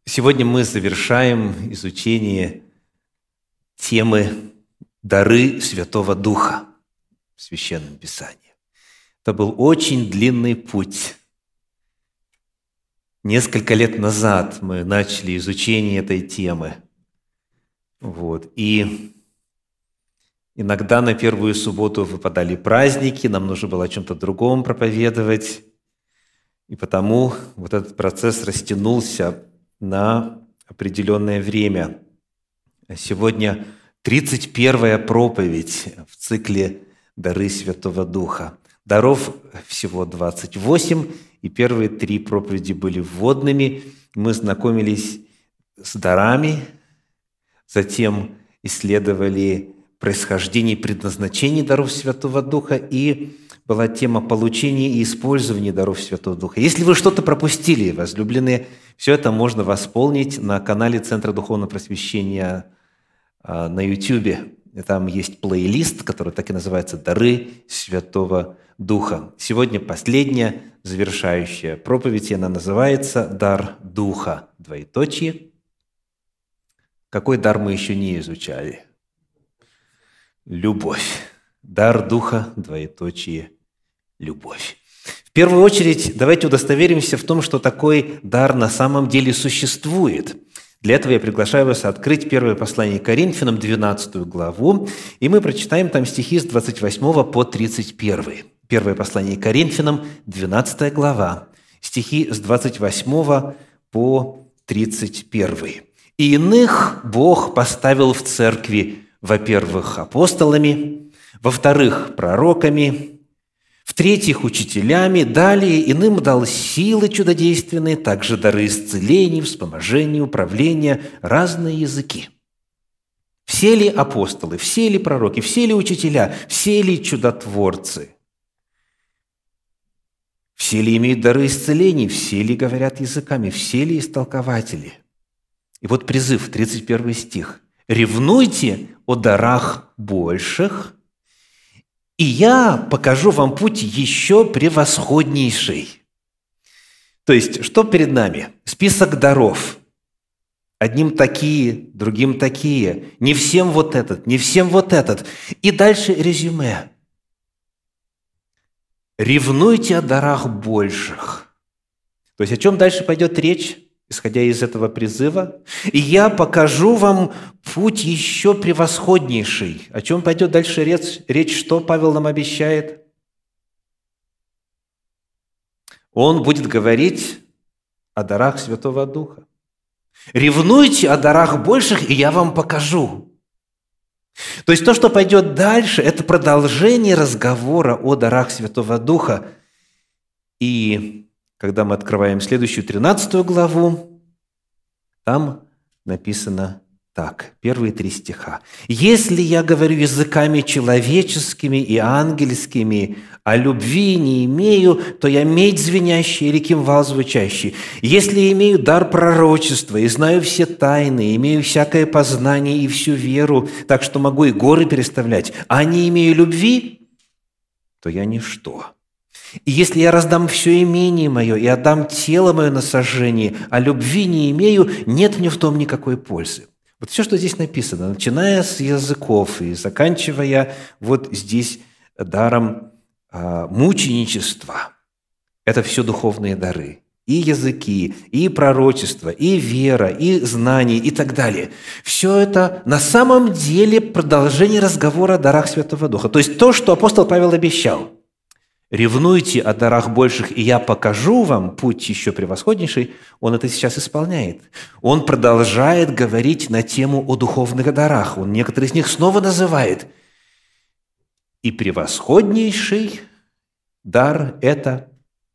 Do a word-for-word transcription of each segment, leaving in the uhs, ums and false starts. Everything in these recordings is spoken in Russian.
Сегодня мы завершаем изучение темы «Дары Святого Духа» в Священном Писании. Это был очень длинный путь. Несколько лет назад мы начали изучение этой темы. Вот. И иногда на первую субботу выпадали праздники, нам нужно было о чем-то другом проповедовать. И потому вот этот процесс растянулся на определенное время. Сегодня тридцать первая проповедь в цикле «Дары Святого Духа». Даров всего двадцать восемь, и первые три проповеди были вводными. Мы знакомились с дарами, затем исследовали происхождение и предназначение даров Святого Духа, и была тема получения и использования даров Святого Духа. Если вы что-то пропустили, возлюбленные, все это можно восполнить на канале Центра Духовного Просвещения на YouTube. Там есть плейлист, который так и называется «Дары Святого Духа». Сегодня последняя, завершающая проповедь, и она называется «Дар Духа». Двоеточие. Какой дар мы еще не изучали? Любовь. Дар Духа, двоеточие, любовь. В первую очередь, давайте удостоверимся в том, что такой дар на самом деле существует. Для этого я приглашаю вас открыть первое послание Коринфянам, двенадцатую главу, и мы прочитаем там стихи с двадцать восьмого по тридцать первый. Первое послание Коринфянам, двенадцатая глава, стихи с двадцать восьмого по тридцать первый. «И иных Бог поставил в церкви, во-первых, апостолами, во-вторых, пророками, в-третьих, учителями, далее иным дал силы чудодейственные, также дары исцелений, вспоможения, управления, разные языки. Все ли апостолы, все ли пророки, все ли учителя, все ли чудотворцы? Все ли имеют дары исцелений, все ли говорят языками, все ли истолкователи?» И вот призыв, тридцать первый стих. «Ревнуйте о дарах больших, и я покажу вам путь еще превосходнейший». То есть, что перед нами? Список даров. Одним такие, другим такие. Не всем вот этот, не всем вот этот. И дальше резюме. «Ревнуйте о дарах больших». То есть, о чем дальше пойдет речь? Исходя из этого призыва, «И я покажу вам путь еще превосходнейший». О чем пойдет дальше речь? Речь, что Павел нам обещает? Он будет говорить о дарах Святого Духа. «Ревнуйте о дарах больших, и я вам покажу». То есть то, что пойдет дальше, это продолжение разговора о дарах Святого Духа. И когда мы открываем следующую, тринадцатую главу, там написано так, первые три стиха. «Если я говорю языками человеческими и ангельскими, а любви не имею, то я медь звенящая или кимвал звучащий. Если имею дар пророчества и знаю все тайны, имею всякое познание и всю веру, так что могу и горы переставлять, а не имею любви, то я ничто. И если я раздам все имение мое и отдам тело мое на сожжение, а любви не имею, нет мне в том никакой пользы». Вот все, что здесь написано, начиная с языков и заканчивая вот здесь даром а, мученичества, это все духовные дары. И языки, и пророчество, и вера, и знание, и так далее. Все это на самом деле продолжение разговора о дарах Святого Духа. То есть то, что апостол Павел обещал. «Ревнуйте о дарах больших, и я покажу вам путь еще превосходнейший», он это сейчас исполняет. Он продолжает говорить на тему о духовных дарах. Он некоторые из них снова называет. И превосходнейший дар – это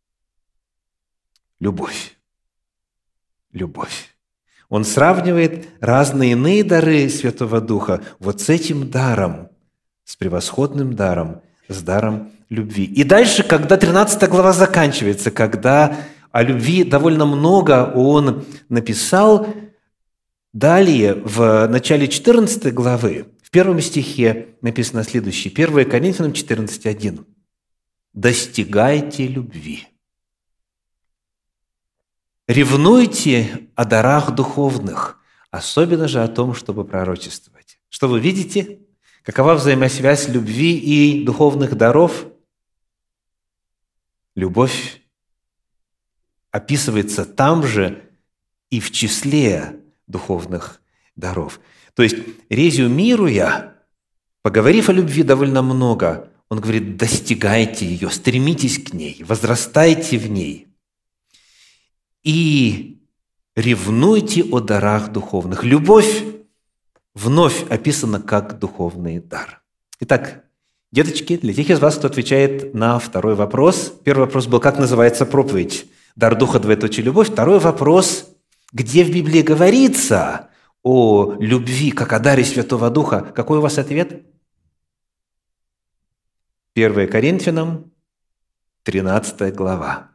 любовь. Любовь. Он сравнивает разные иные дары Святого Духа вот с этим даром, с превосходным даром, с даром любви. И дальше, когда тринадцатая глава заканчивается, когда о любви довольно много он написал, далее, в начале четырнадцатой главы, в первом стихе написано следующее, первое Коринфянам четырнадцать один. «Достигайте любви». ревнуйте о дарах духовных, особенно же о том, чтобы пророчествовать. Что вы видите? Какова взаимосвязь любви и духовных даров? Любовь описывается там же и в числе духовных даров. То есть, резюмируя, поговорив о любви довольно много, он говорит: достигайте ее, стремитесь к ней, возрастайте в ней и ревнуйте о дарах духовных. Любовь вновь описана как духовный дар. Итак, деточки, для тех из вас, кто отвечает на второй вопрос, первый вопрос был: как называется проповедь? Дар Духа, двоеточие, любовь. Второй вопрос: где в Библии говорится о любви, как о даре Святого Духа? Какой у вас ответ? первое Коринфянам, тринадцатая глава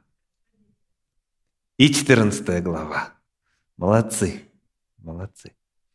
и четырнадцатая глава. Молодцы, молодцы.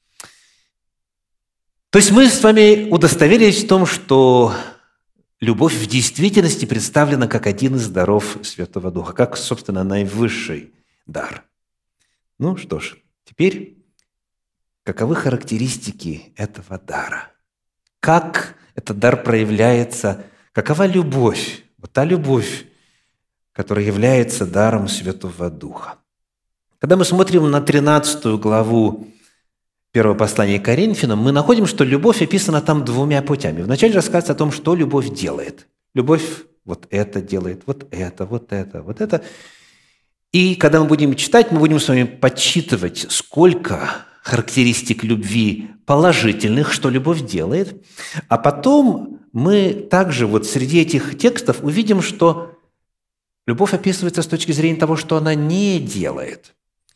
То есть мы с вами удостоверились в том, что любовь в действительности представлена как один из даров Святого Духа, как, собственно, наивысший дар. Ну что ж, теперь каковы характеристики этого дара? Как этот дар проявляется? Какова любовь? Вот та любовь, которая является даром Святого Духа. Когда мы смотрим на тринадцатую главу первого послания к Коринфянам, мы находим, что любовь описана там двумя путями. Вначале рассказывается о том, что любовь делает. Любовь вот это делает, вот это, вот это, вот это. И когда мы будем читать, мы будем с вами подсчитывать, сколько характеристик любви положительных, что любовь делает. А потом мы также вот среди этих текстов увидим, что любовь описывается с точки зрения того, что она не делает.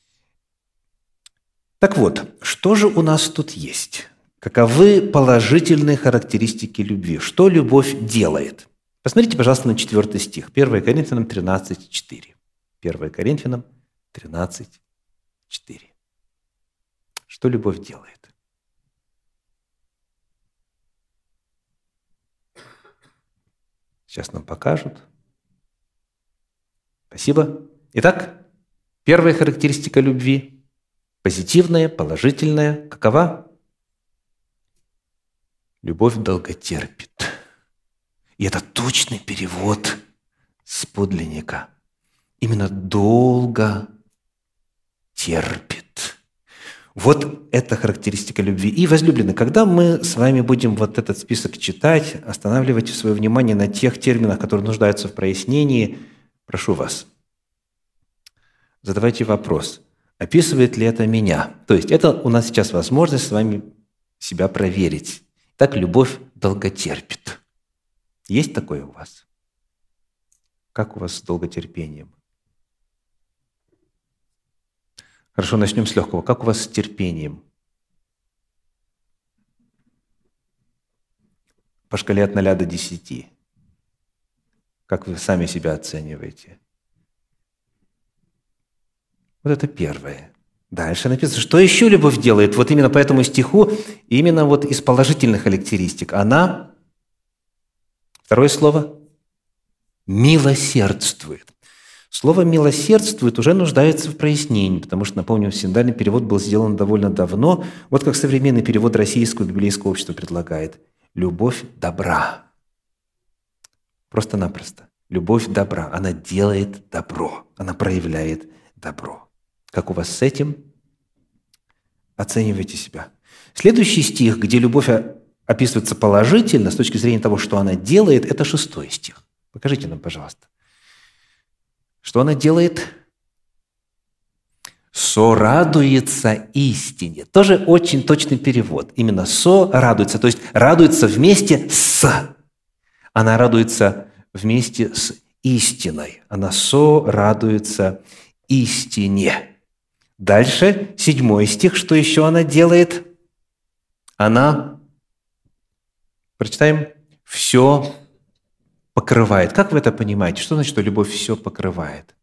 Так вот, что же у нас тут есть? Каковы положительные характеристики любви? Что любовь делает? Посмотрите, пожалуйста, на четвертый стих. первое Коринфянам тринадцать, четыре. первое Коринфянам тринадцать, четыре. Что любовь делает? Сейчас нам покажут. Спасибо. Итак, первая характеристика любви – позитивная, положительная. Какова? Любовь долготерпит. И это точный перевод с подлинника. Именно долго терпит. Вот это характеристика любви. И, возлюбленные, когда мы с вами будем вот этот список читать, останавливайте свое внимание на тех терминах, которые нуждаются в прояснении, прошу вас, задавайте вопрос, описывает ли это меня? То есть это у нас сейчас возможность с вами себя проверить. Так любовь долготерпит. Есть такое у вас? Как у вас с долготерпением? Хорошо, начнем с легкого. Как у вас с терпением? По шкале от ноля до десяти. Как вы сами себя оцениваете? Вот это первое. Дальше написано, что еще любовь делает. Вот именно по этому стиху, именно вот из положительных характеристик. Она, второе слово, милосердствует. Слово «милосердствует» уже нуждается в прояснении, потому что, напомню, синодальный перевод был сделан довольно давно. Вот как современный перевод Российского библейского общества предлагает. Любовь добра. Просто-напросто. Любовь добра. Она делает добро. Она проявляет добро. Как у вас с этим? Оценивайте себя. Следующий стих, где любовь описывается положительно, с точки зрения того, что она делает, это шестой стих. Покажите нам, пожалуйста. Что она делает? Сорадуется истине. Тоже очень точный перевод. Именно сорадуется, то есть радуется вместе с. Она радуется вместе с истиной. Она сорадуется истине. Дальше, седьмой стих, что еще она делает? Она, прочитаем, все покрывает. Как вы это понимаете? Что значит, что любовь все покрывает?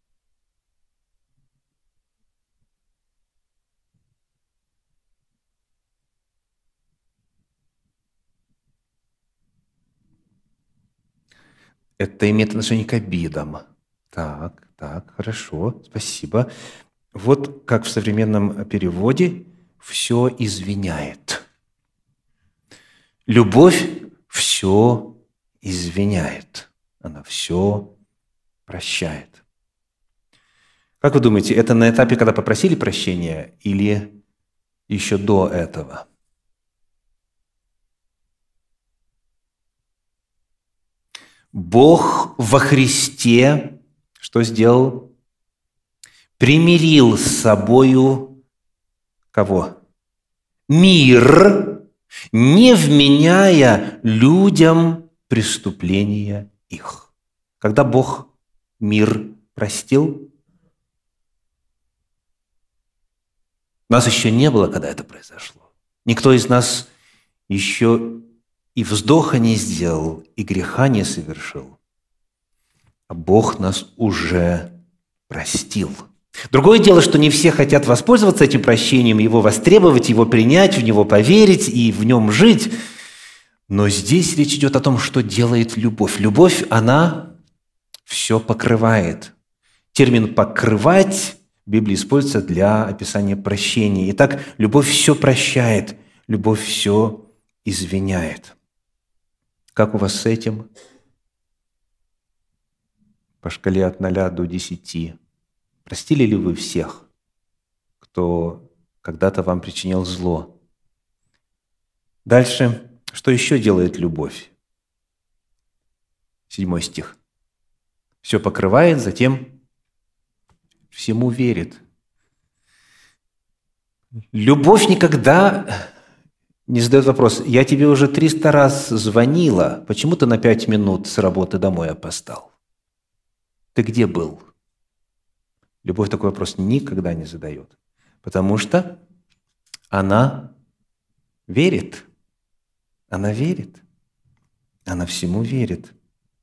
Это имеет отношение к обидам. Так, так, хорошо, спасибо. Вот как в современном переводе «все извиняет». Любовь все извиняет. Она все прощает. Как вы думаете, это на этапе, когда попросили прощения, или еще до этого? Бог во Христе что сделал? Примирил с собою кого? Мир, не вменяя людям преступления их. Когда Бог мир простил, нас еще не было, когда это произошло. Никто из нас еще и вздоха не сделал, и греха не совершил. А Бог нас уже простил. Другое дело, что не все хотят воспользоваться этим прощением, его востребовать, его принять, в него поверить и в нем жить. Но здесь речь идет о том, что делает любовь. Любовь, она все покрывает. Термин «покрывать» в Библии используется для описания прощения. Итак, любовь все прощает, любовь все извиняет. Как у вас с этим? По шкале от ноля до десяти. Простили ли вы всех, кто когда-то вам причинял зло? Дальше, что еще делает любовь? Седьмой стих. Все покрывает, затем всему верит. Любовь никогда не задает вопрос: я тебе уже триста раз звонила, почему ты на пять минут с работы домой опоздал? Ты где был? Любовь такой вопрос никогда не задает, потому что она верит. Она верит. Она всему верит.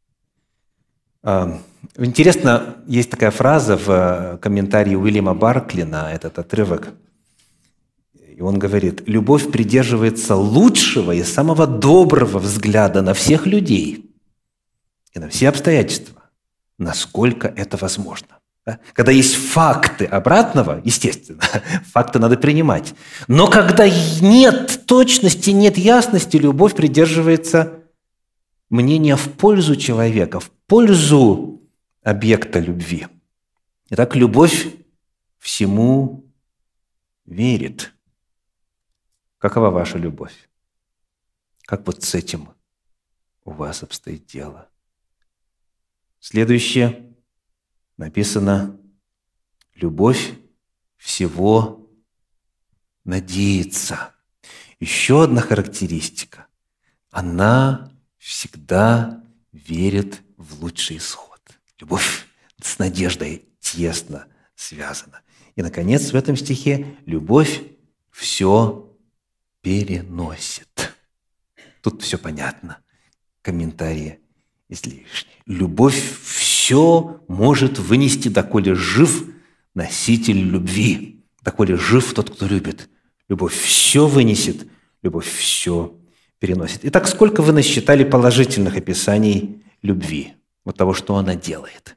Интересно, есть такая фраза в комментарии Уильяма Баркли на этот отрывок. И он говорит: любовь придерживается лучшего и самого доброго взгляда на всех людей и на все обстоятельства, насколько это возможно. Когда есть факты обратного, естественно, факты надо принимать. Но когда нет точности, нет ясности, любовь придерживается мнения в пользу человека, в пользу объекта любви. Итак, любовь всему верит. Какова ваша любовь? Как вот с этим у вас обстоит дело? Следующее. Написано: любовь всего надеется. Еще одна характеристика. Она всегда верит в лучший исход. Любовь с надеждой тесно связана. И, наконец, в этом стихе любовь все переносит. Тут все понятно. Комментарии излишни. Любовь все может вынести, доколе жив носитель любви, доколе жив тот, кто любит. Любовь все вынесет, любовь все переносит. Итак, сколько вы насчитали положительных описаний любви, вот того, что она делает?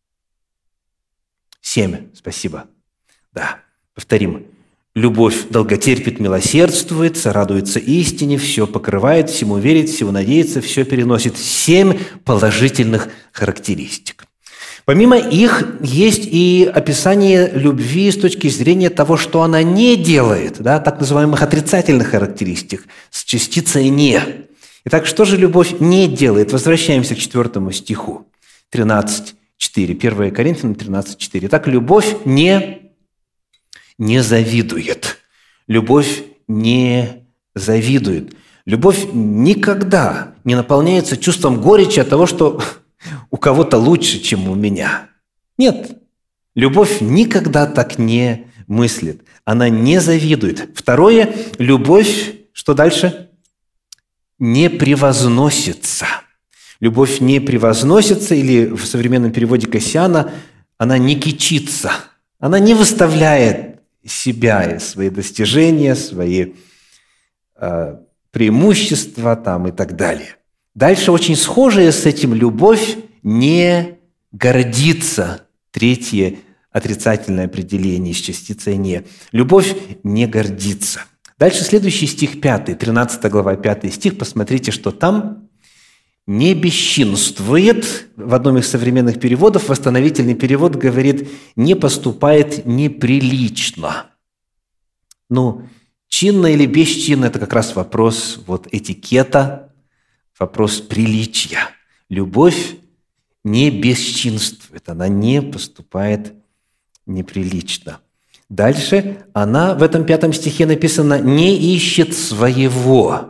Семь. Спасибо. Да, повторим. Любовь долготерпит, милосердствует, сорадуется истине, все покрывает, всему верит, всего надеется, все переносит. Семь положительных характеристик. Помимо их, есть и описание любви с точки зрения того, что она не делает, да, так называемых отрицательных характеристик, с частицей «не». Итак, что же любовь не делает? Возвращаемся к четвертому стиху, тринадцать четыре. первое Коринфянам тринадцать четыре. Итак, любовь не... не завидует. Любовь не завидует. Любовь никогда не наполняется чувством горечи от того, что у кого-то лучше, чем у меня. Нет. Любовь никогда так не мыслит. Она не завидует. Второе. Любовь, что дальше? Не превозносится. Любовь не превозносится, или в современном переводе Кассиана, она не кичится. Она не выставляет себя, свои достижения, свои э, преимущества там, и так далее. Дальше очень схожая с этим любовь не гордится. Третье отрицательное определение с частицей «не». Любовь не гордится. Дальше следующий стих пятый, тринадцатая глава, пятый стих. Посмотрите, что там. «Не бесчинствует». В одном из современных переводов, восстановительный перевод говорит «не поступает неприлично». Ну, чинно или бесчинно – это как раз вопрос вот этикета, вопрос приличия. Любовь не бесчинствует, она не поступает неприлично. Дальше она в этом пятом стихе написано «не ищет своего».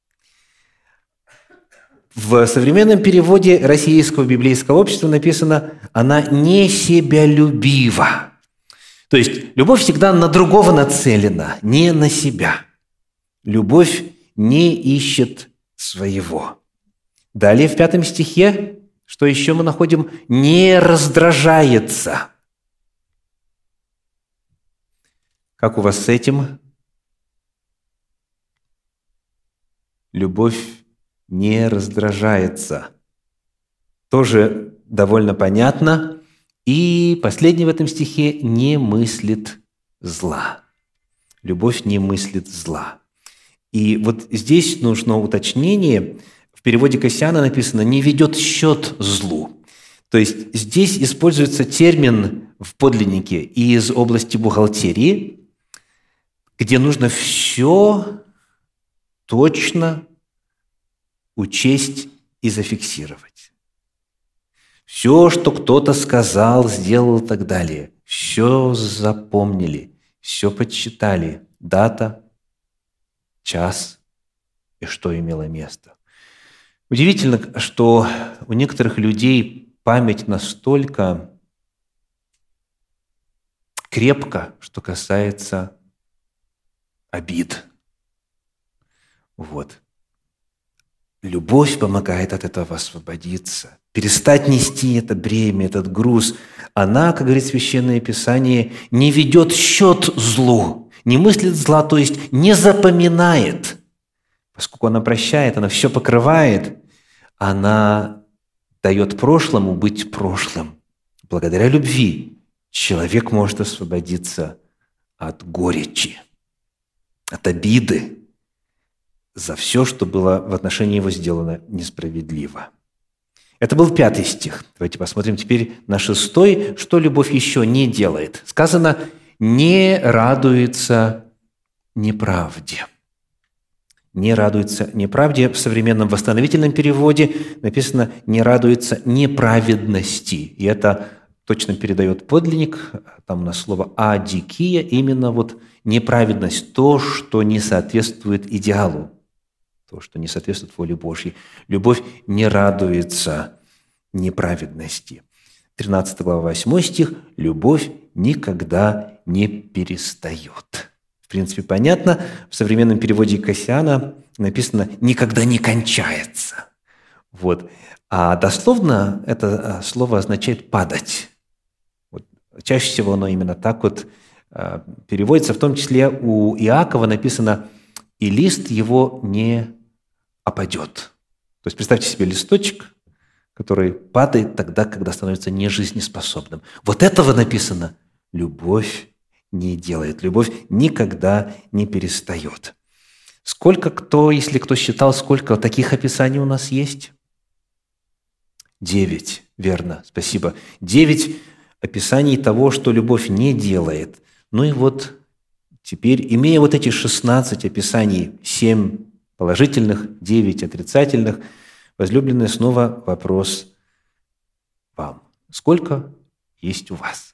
В современном переводе Российского библейского общества написано «она не себялюбива». То есть любовь всегда на другого нацелена, не на себя. Любовь не ищет своего. Далее в пятом стихе, что еще мы находим? «Не раздражается». Как у вас с этим? Любовь не раздражается. Тоже довольно понятно. И последний в этом стихе – не мыслит зла. Любовь не мыслит зла. И вот здесь нужно уточнение. В переводе Кассиана написано «не ведет счет злу». То есть здесь используется термин в подлиннике из области бухгалтерии, где нужно все точно учесть и зафиксировать. Все, что кто-то сказал, сделал и так далее, все запомнили, все подсчитали. Дата, час и что имело место. Удивительно, что у некоторых людей память настолько крепка, что касается обид. Вот. Любовь помогает от этого освободиться, перестать нести это бремя, этот груз. Она, как говорит Священное Писание, не ведет счет злу, не мыслит зла, то есть не запоминает. Поскольку она прощает, она все покрывает, она дает прошлому быть прошлым. Благодаря любви человек может освободиться от горечи, от обиды за все, что было в отношении его сделано несправедливо. Это был пятый стих. Давайте посмотрим теперь на шестой, что любовь еще не делает. Сказано «не радуется неправде». Не радуется неправде. В современном восстановительном переводе написано «не радуется неправедности». И это точно передает подлинник. Там у нас слово «адикия», именно вот неправедность, то, что не соответствует идеалу, то, что не соответствует воле Божьей. Любовь не радуется неправедности. тринадцатая глава, восьмой стих. «Любовь никогда не перестает». В принципе, понятно. В современном переводе Кассиана написано «никогда не кончается». Вот. А дословно это слово означает «падать». Вот. Чаще всего оно именно так вот э, переводится. В том числе у Иакова написано «и лист его не опадет». То есть представьте себе листочек, который падает тогда, когда становится нежизнеспособным. Вот этого написано «любовь не делает». Любовь никогда не перестает. Сколько кто, если кто считал, сколько таких описаний у нас есть? Девять, верно, спасибо. Девять описаний того, что любовь не делает. Ну и вот теперь, имея вот эти шестнадцать описаний, семь положительных, девять отрицательных, возлюбленные, снова вопрос вам. Сколько есть у вас?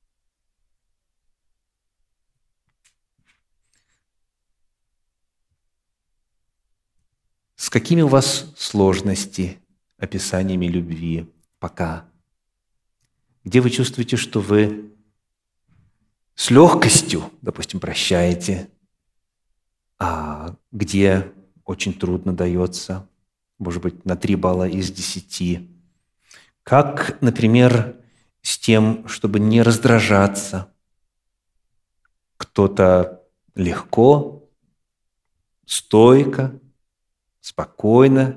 С какими у вас сложности описаниями любви пока? Где вы чувствуете, что вы с легкостью, допустим, прощаете, а где очень трудно дается, может быть, на три балла из десяти? Как, например, с тем, чтобы не раздражаться? Кто-то легко, стойко, спокойно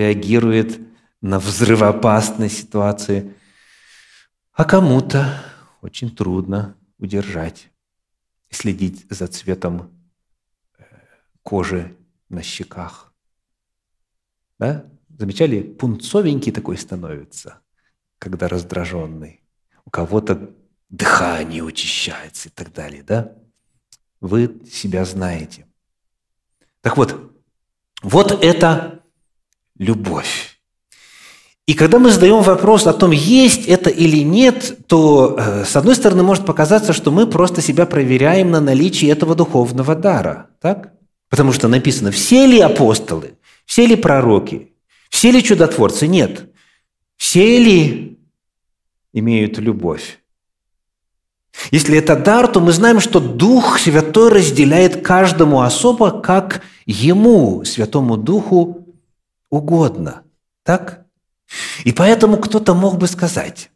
реагирует на взрывоопасные ситуации, а кому-то очень трудно удержать, следить за цветом кожи на щеках. Да? Замечали? Пунцовенький такой становится, когда раздраженный. У кого-то дыхание учащается и так далее. Да? Вы себя знаете. Так вот, вот это любовь. И когда мы задаем вопрос о том, есть это или нет, то, э, с одной стороны, может показаться, что мы просто себя проверяем на наличие этого духовного дара. Так? Потому что написано, все ли апостолы, все ли пророки, все ли чудотворцы? Нет. Все ли имеют любовь? Если это дар, то мы знаем, что Дух Святой разделяет каждому особо, как Ему, Святому Духу, угодно. Так? И поэтому кто-то мог бы сказать,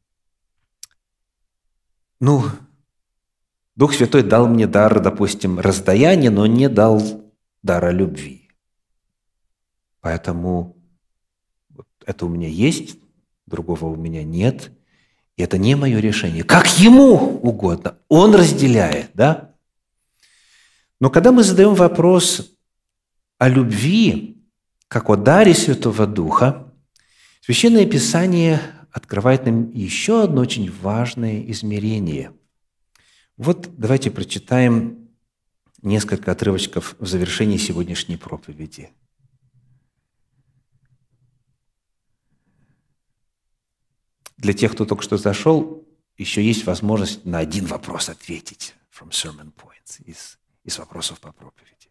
ну, Дух Святой дал мне дар, допустим, раздаяния, но не дал дара любви. Поэтому это у меня есть, другого у меня нет, и это не мое решение. Как Ему угодно. Он разделяет, да? Но когда мы задаем вопрос о любви, как о даре Святого Духа, Священное Писание открывает нам еще одно очень важное измерение. Вот давайте прочитаем несколько отрывочков в завершении сегодняшней проповеди. Для тех, кто только что зашел, еще есть возможность на один вопрос ответить from sermon points, из, из вопросов по проповеди.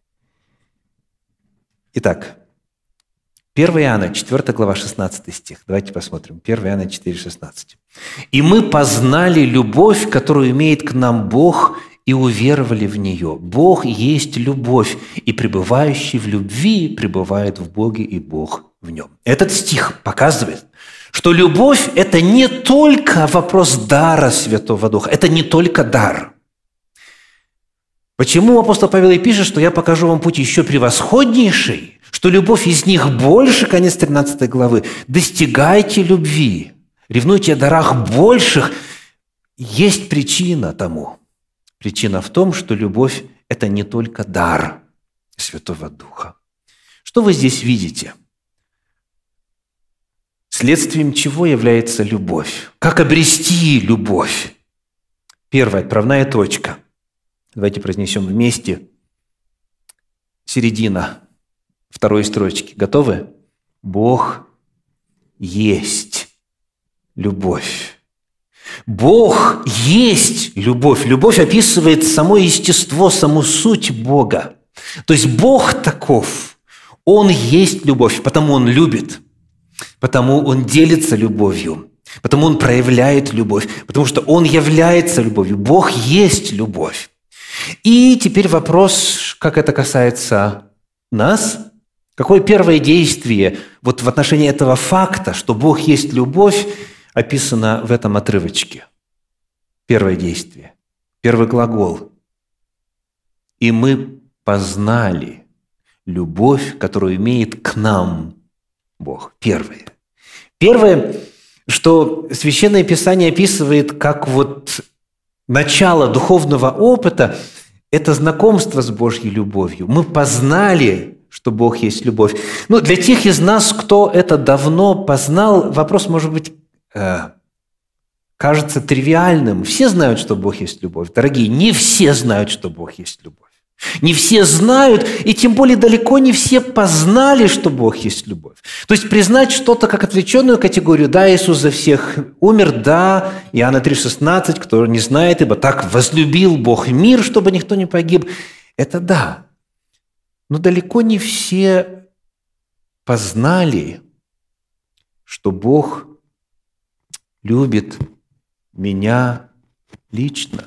Итак, первое Иоанна, четвёртая глава, шестнадцатый стих. Давайте посмотрим. первое Иоанна четыре, шестнадцать. «И мы познали любовь, которую имеет к нам Бог, и уверовали в нее. Бог есть любовь, и пребывающий в любви пребывает в Боге, и Бог в нем». Этот стих показывает, что любовь – это не только вопрос дара Святого Духа, это не только дар. Почему апостол Павел и пишет, что я покажу вам путь еще превосходнейший, что любовь из них больше, конец тринадцатой главы. Достигайте любви, ревнуйте о дарах больших. Есть причина тому. Причина в том, что любовь – это не только дар Святого Духа. Что вы здесь видите? Следствием чего является любовь? Как обрести любовь? Первая отправная точка. Давайте произнесем вместе. Середина второй строчки. Готовы? Бог есть любовь. Бог есть любовь. Любовь описывает само естество, саму суть Бога. То есть Бог таков. Он есть любовь, потому Он любит, потому Он делится любовью, потому Он проявляет любовь, потому что Он является любовью. Бог есть любовь. И теперь вопрос, как это касается нас. Какое первое действие вот в отношении этого факта, что Бог есть любовь, описано в этом отрывочке? Первое действие, первый глагол. «И мы познали любовь, которую имеет к нам Бог». Первое. Первое, что Священное Писание описывает как вот начало духовного опыта, это знакомство с Божьей любовью. Мы познали, что Бог есть любовь. Ну, для тех из нас, кто это давно познал, вопрос, может быть, э, кажется тривиальным. Все знают, что Бог есть любовь. Дорогие, не все знают, что Бог есть любовь. Не все знают, и тем более далеко не все познали, что Бог есть любовь. То есть признать что-то как отвлеченную категорию, да, Иисус за всех умер, да, Иоанна три шестнадцать, кто не знает, ибо так возлюбил Бог мир, чтобы никто не погиб, это да. Но далеко не все познали, что Бог любит меня лично.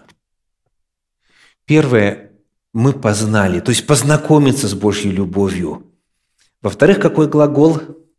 Первое, мы познали, то есть познакомиться с Божьей любовью. Во-вторых, какой глагол?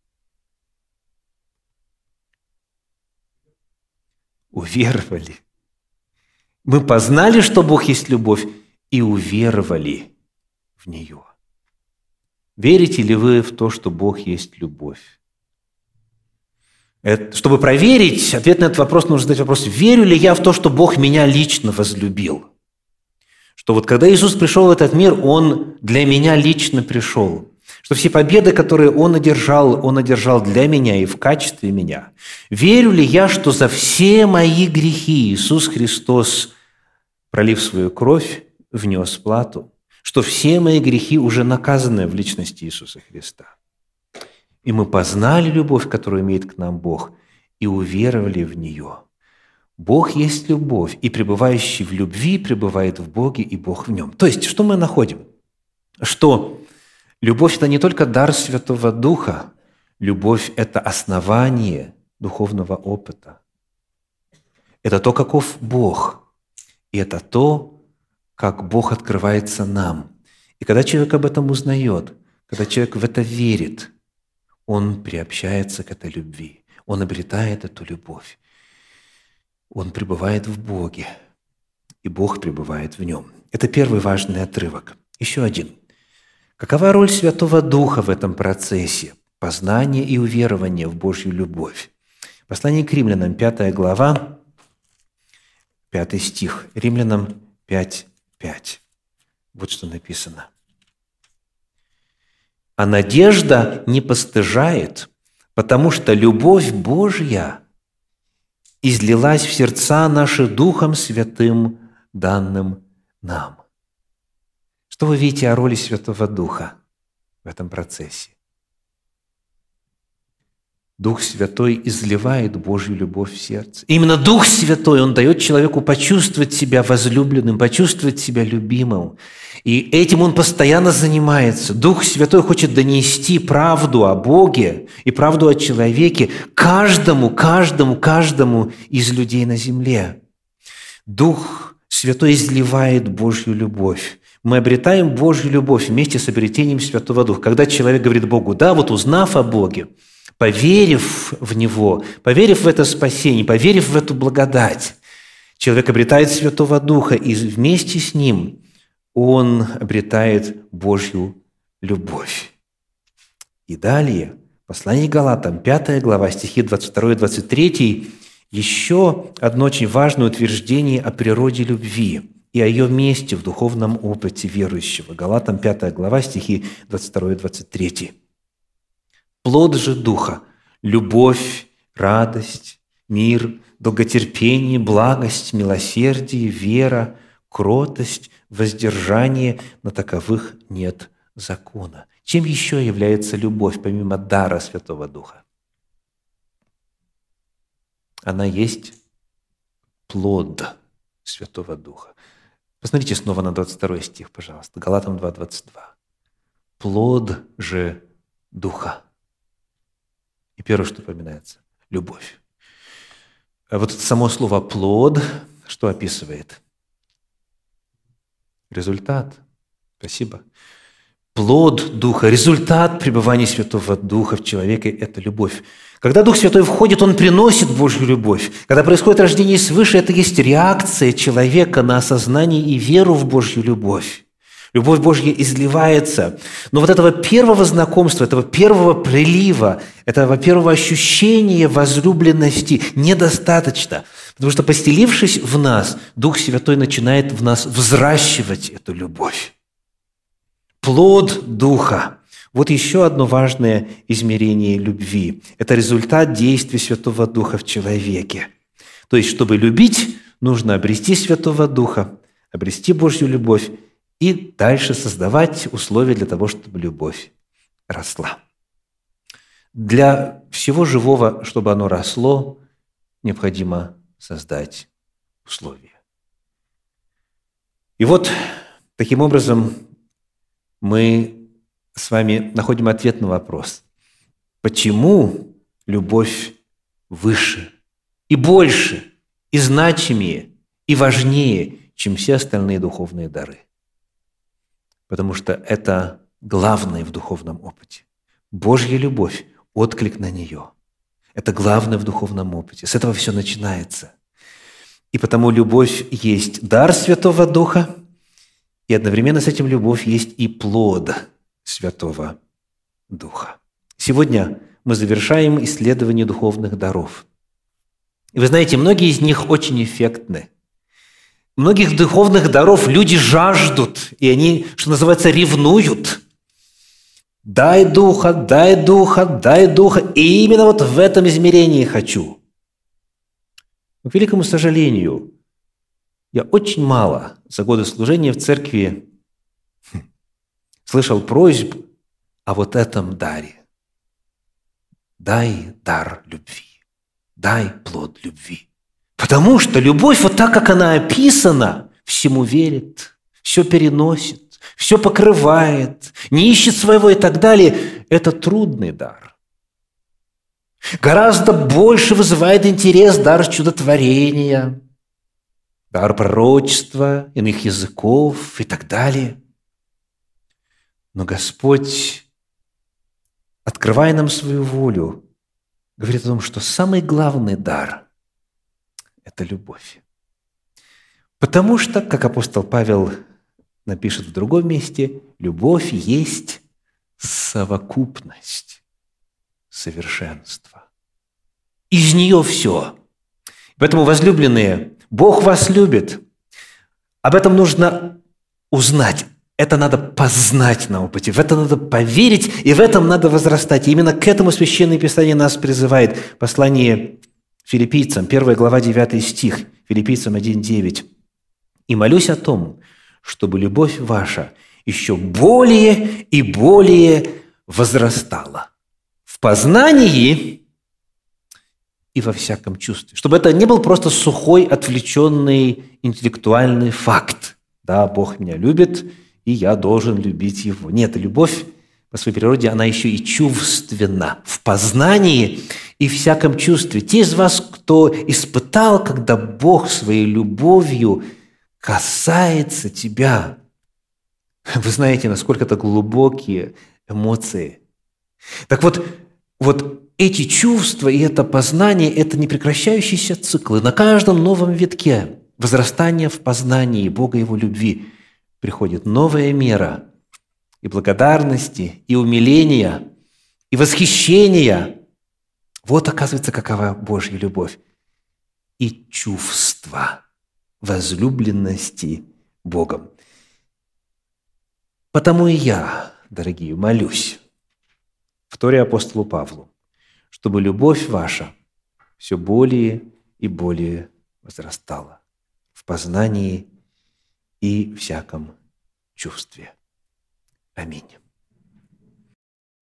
Уверовали. Мы познали, что Бог есть любовь, и уверовали в нее. Верите ли вы в то, что Бог есть любовь? Чтобы проверить, ответ на этот вопрос нужно задать вопрос: верю ли я в то, что Бог меня лично возлюбил? Что вот когда Иисус пришел в этот мир, Он для меня лично пришел. Что все победы, которые Он одержал, Он одержал для меня и в качестве меня. Верю ли я, что за все мои грехи Иисус Христос, пролив свою кровь, внес плату? Что все мои грехи уже наказаны в личности Иисуса Христа? И мы познали любовь, которую имеет к нам Бог, и уверовали в нее. Бог есть любовь, и пребывающий в любви пребывает в Боге, и Бог в нем. То есть, что мы находим? Что любовь – это не только дар Святого Духа, любовь – это основание духовного опыта. Это то, каков Бог, и это то, как Бог открывается нам. И когда человек об этом узнает, когда человек в это верит, он приобщается к этой любви, он обретает эту любовь. Он пребывает в Боге, и Бог пребывает в нем. Это первый важный отрывок. Еще один. Какова роль Святого Духа в этом процессе познания и уверования в Божью любовь? Послание к Римлянам, пятая глава, пятый стих. Римлянам пять, пять. Вот что написано. «А надежда не постыжает, потому что любовь Божья излилась в сердца наши Духом Святым, данным нам». Что вы видите о роли Святого Духа в этом процессе? Дух Святой изливает Божью любовь в сердце. Именно Дух Святой, Он дает человеку почувствовать себя возлюбленным, почувствовать себя любимым. И этим он постоянно занимается. Дух Святой хочет донести правду о Боге и правду о человеке каждому, каждому, каждому из людей на земле. Дух Святой изливает Божью любовь. Мы обретаем Божью любовь вместе с обретением Святого Духа. Когда человек говорит Богу: да, вот узнав о Боге, поверив в Него, поверив в это спасение, поверив в эту благодать, человек обретает Святого Духа, и вместе с Ним он обретает Божью любовь. И далее, послание к Галатам, пятая глава, стихи двадцать два и двадцать три, еще одно очень важное утверждение о природе любви и о ее месте в духовном опыте верующего. Галатам, пятая глава, стихи двадцать два и двадцать три. «Плод же Духа – любовь, радость, мир, долготерпение, благость, милосердие, вера, кротость, воздержание, на таковых нет закона». Чем еще является любовь, помимо дара Святого Духа? Она есть плод Святого Духа. Посмотрите снова на двадцать второй стих, пожалуйста. Галатам два, двадцать два. «Плод же Духа». И первое, что упоминается – любовь. А вот это само слово «плод» что описывает? Результат. Спасибо. Плод Духа, результат пребывания Святого Духа в человеке – это любовь. Когда Дух Святой входит, Он приносит Божью любовь. Когда происходит рождение свыше, это есть реакция человека на осознание и веру в Божью любовь. Любовь Божья изливается. Но вот этого первого знакомства, этого первого прилива, этого первого ощущения возлюбленности недостаточно. Потому что, постелившись в нас, Дух Святой начинает в нас взращивать эту любовь. Плод Духа. Вот еще одно важное измерение любви. Это результат действия Святого Духа в человеке. То есть, чтобы любить, нужно обрести Святого Духа, обрести Божью любовь, и дальше создавать условия для того, чтобы любовь росла. Для всего живого, чтобы оно росло, необходимо создать условия. И вот таким образом мы с вами находим ответ на вопрос, почему любовь выше и больше, и значимее, и важнее, чем все остальные духовные дары. Потому что это главное в духовном опыте. Божья любовь, отклик на нее. Это главное в духовном опыте. С этого все начинается. И потому любовь есть дар Святого Духа, и одновременно с этим любовь есть и плод Святого Духа. Сегодня мы завершаем исследование духовных даров. И вы знаете, многие из них очень эффектны. Многих духовных даров люди жаждут, и они, что называется, ревнуют. Дай духа, дай духа, дай духа. И именно вот в этом измерении хочу. Но, к великому сожалению, я очень мало за годы служения в церкви слышал просьб о вот этом даре. Дай дар любви, дай плод любви. Потому что любовь, вот так, как она описана, всему верит, все переносит, все покрывает, не ищет своего и так далее. Это трудный дар. Гораздо больше вызывает интерес дар чудотворения, дар пророчества, иных языков и так далее. Но Господь, открывая нам свою волю, говорит о том, что самый главный дар – это любовь. Потому что, как апостол Павел напишет в другом месте, любовь есть совокупность совершенства. Из нее все. Поэтому, возлюбленные, Бог вас любит. Об этом нужно узнать. Это надо познать на опыте, в это надо поверить, и в этом надо возрастать. И именно к этому Священное Писание нас призывает. Послание Филиппийцам, первая глава, девятый стих, Филиппийцам один девять. «И молюсь о том, чтобы любовь ваша еще более и более возрастала в познании и во всяком чувстве». Чтобы это не был просто сухой, отвлеченный интеллектуальный факт. Да, Бог меня любит, и я должен любить Его. Нет, любовь по своей природе, она еще и чувственна в познании и всяком чувстве. Те из вас, кто испытал, когда Бог своей любовью касается тебя, вы знаете, насколько это глубокие эмоции. Так вот, вот эти чувства и это познание – это непрекращающиеся циклы. На каждом новом витке возрастания в познании Бога и Его любви приходит новая мера и благодарности, и умиления, и восхищения. Вот, оказывается, какова Божья любовь. И чувство возлюбленности Богом. Потому и я, дорогие, молюсь, вторя апостолу Павлу, чтобы любовь ваша все более и более возрастала в познании и всяком чувстве. Аминь.